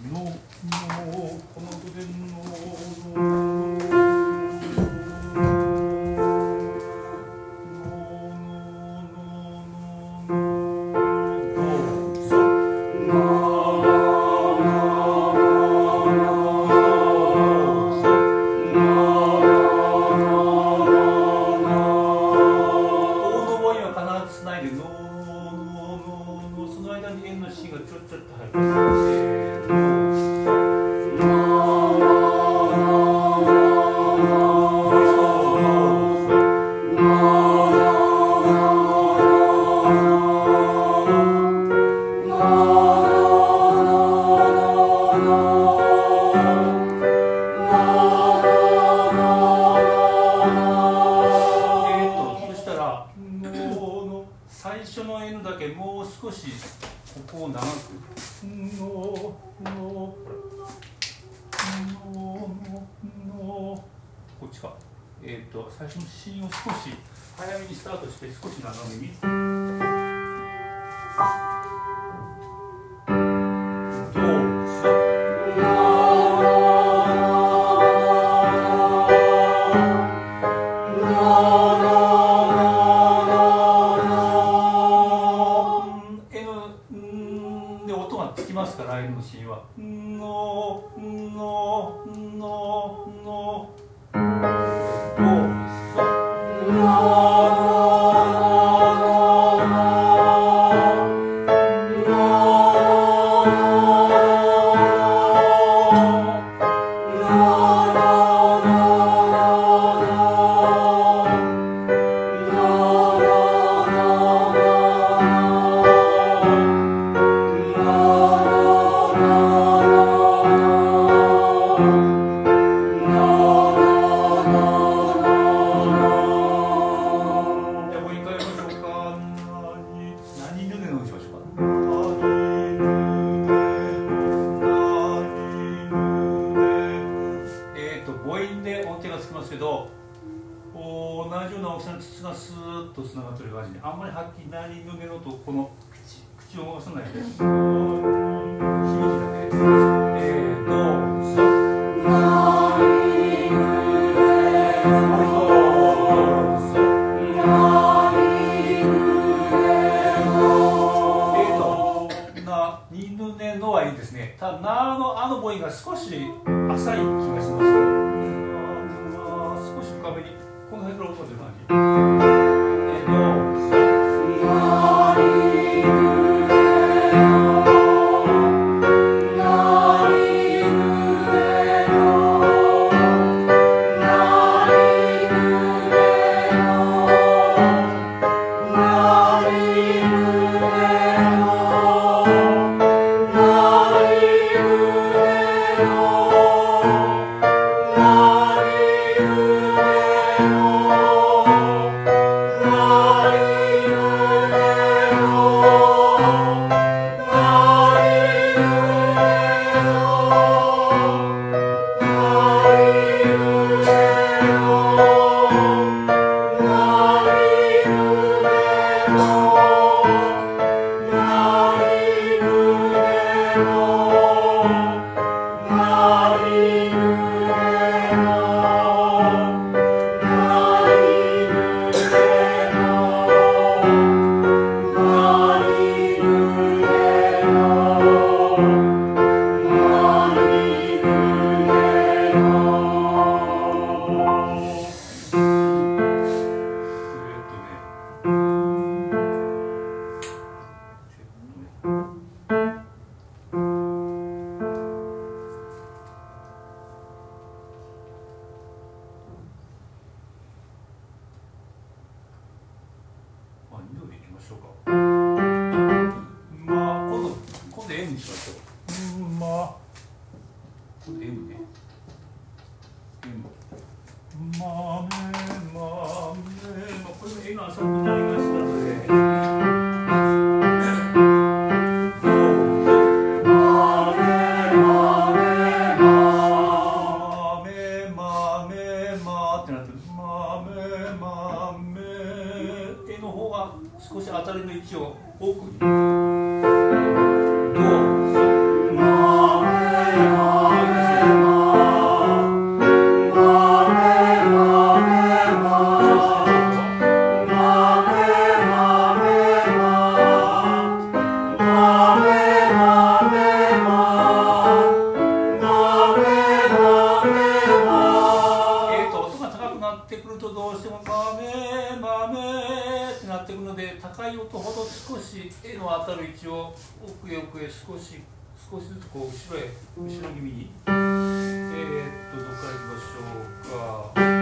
この音で最初の芯を少し早めにスタートして少し斜めにN で音がつきますから N の芯は同じような大きさの筒がスーッとつながっている感じにあんまりはっきり何の目のとこの口を動かさないで響きだけニヌネのはいいですね。ただナのあの母音が少し浅い気がします。少し深めにこの辺から音が出る感じ。少し当たりの位置を奥に。 で少しずつこう後ろ気味にどっからいきましょうか。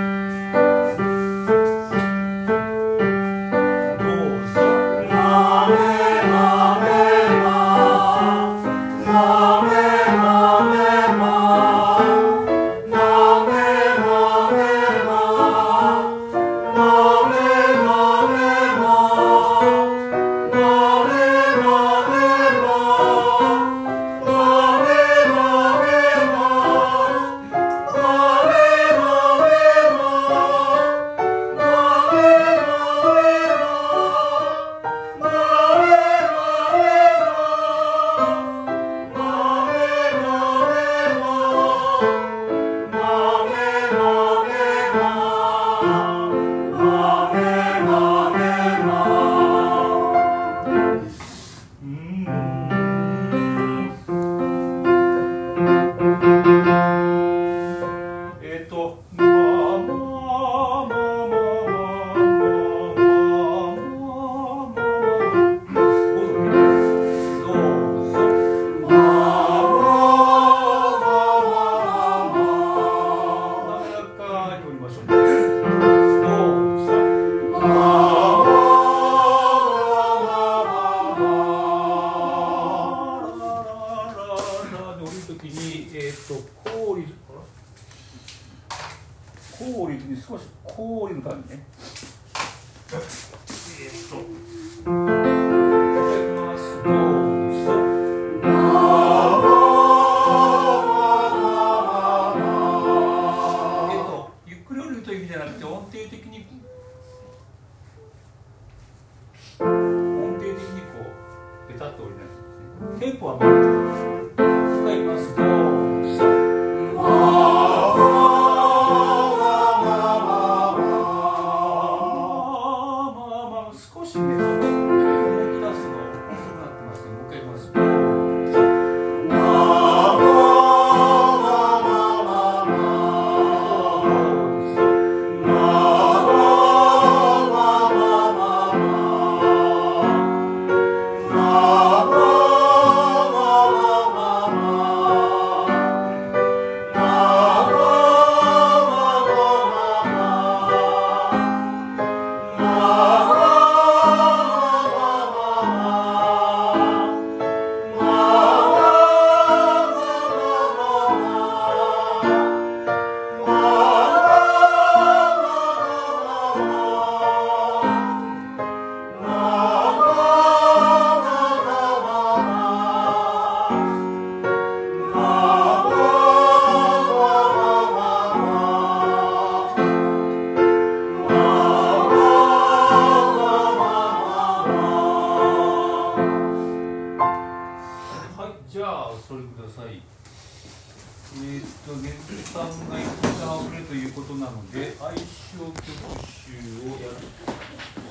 こうに少しこういう感じね。いきます。どうぞ。ゆっくり降りるという意味じゃなくて音程的にこうペタッと降りないですね。テンポは回る。いきます。どうぞ。少しね、動き出すの遅くなってますね。もう一回言います。じゃあそれください。ネットさんが一旦遅れということなので、愛称曲集をやる。